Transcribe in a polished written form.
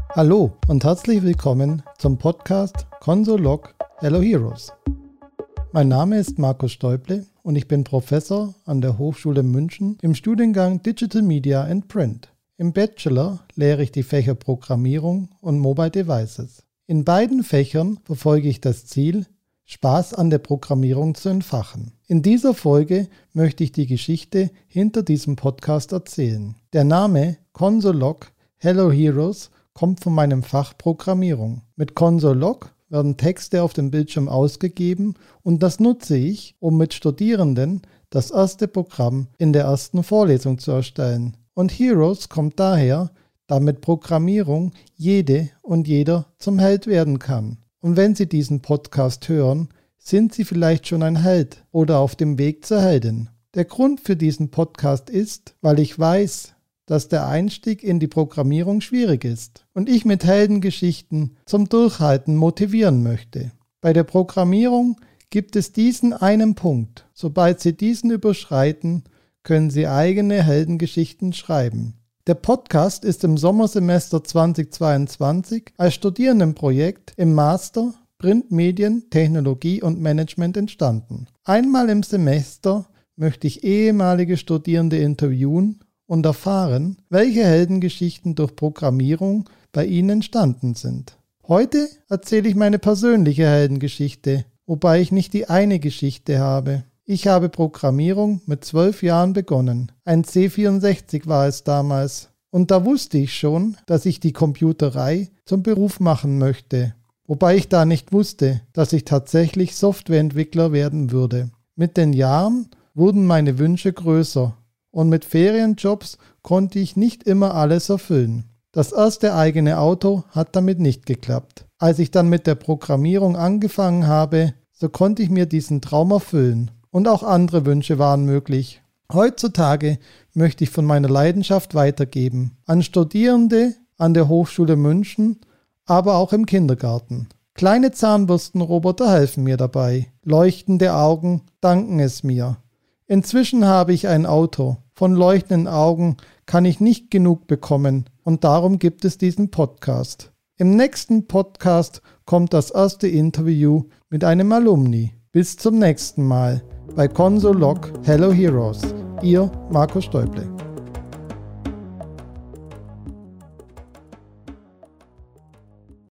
Hallo und herzlich willkommen zum Podcast Console Log Hello Heroes. Mein Name ist Markus Stäuble und ich bin Professor an der Hochschule München im Studiengang Digital Media and Print. Im Bachelor lehre ich die Fächer Programmierung und Mobile Devices. In beiden Fächern verfolge ich das Ziel, Spaß an der Programmierung zu entfachen. In dieser Folge möchte ich die Geschichte hinter diesem Podcast erzählen. Der Name Console Log Hello Heroes kommt von meinem Fach Programmierung. Mit Console Log werden Texte auf dem Bildschirm ausgegeben und das nutze ich, um mit Studierenden das erste Programm in der ersten Vorlesung zu erstellen. Und Heroes kommt daher, da mit Programmierung jede und jeder zum Held werden kann. Und wenn Sie diesen Podcast hören, sind Sie vielleicht schon ein Held oder auf dem Weg zur Heldin. Der Grund für diesen Podcast ist, weil ich weiß, dass der Einstieg in die Programmierung schwierig ist und ich mit Heldengeschichten zum Durchhalten motivieren möchte. Bei der Programmierung gibt es diesen einen Punkt. Sobald Sie diesen überschreiten, können Sie eigene Heldengeschichten schreiben. Der Podcast ist im Sommersemester 2022 als Studierendenprojekt im Master Print, Medien, Technologie und Management entstanden. Einmal im Semester möchte ich ehemalige Studierende interviewen und erfahren, welche Heldengeschichten durch Programmierung bei ihnen entstanden sind. Heute erzähle ich meine persönliche Heldengeschichte, wobei ich nicht die eine Geschichte habe. Ich habe Programmierung mit 12 Jahren begonnen. Ein C64 war es damals. Und da wusste ich schon, dass ich die Computerei zum Beruf machen möchte. Wobei ich da nicht wusste, dass ich tatsächlich Softwareentwickler werden würde. Mit den Jahren wurden meine Wünsche größer. Und mit Ferienjobs konnte ich nicht immer alles erfüllen. Das erste eigene Auto hat damit nicht geklappt. Als ich dann mit der Programmierung angefangen habe, so konnte ich mir diesen Traum erfüllen. Und auch andere Wünsche waren möglich. Heutzutage möchte ich von meiner Leidenschaft weitergeben. An Studierende an der Hochschule München, aber auch im Kindergarten. Kleine Zahnbürstenroboter helfen mir dabei. Leuchtende Augen danken es mir. Inzwischen habe ich ein Auto. Von leuchtenden Augen kann ich nicht genug bekommen und darum gibt es diesen Podcast. Im nächsten Podcast kommt das erste Interview mit einem Alumni. Bis zum nächsten Mal bei Console Log Hello Heroes. Ihr Markus Stäuble.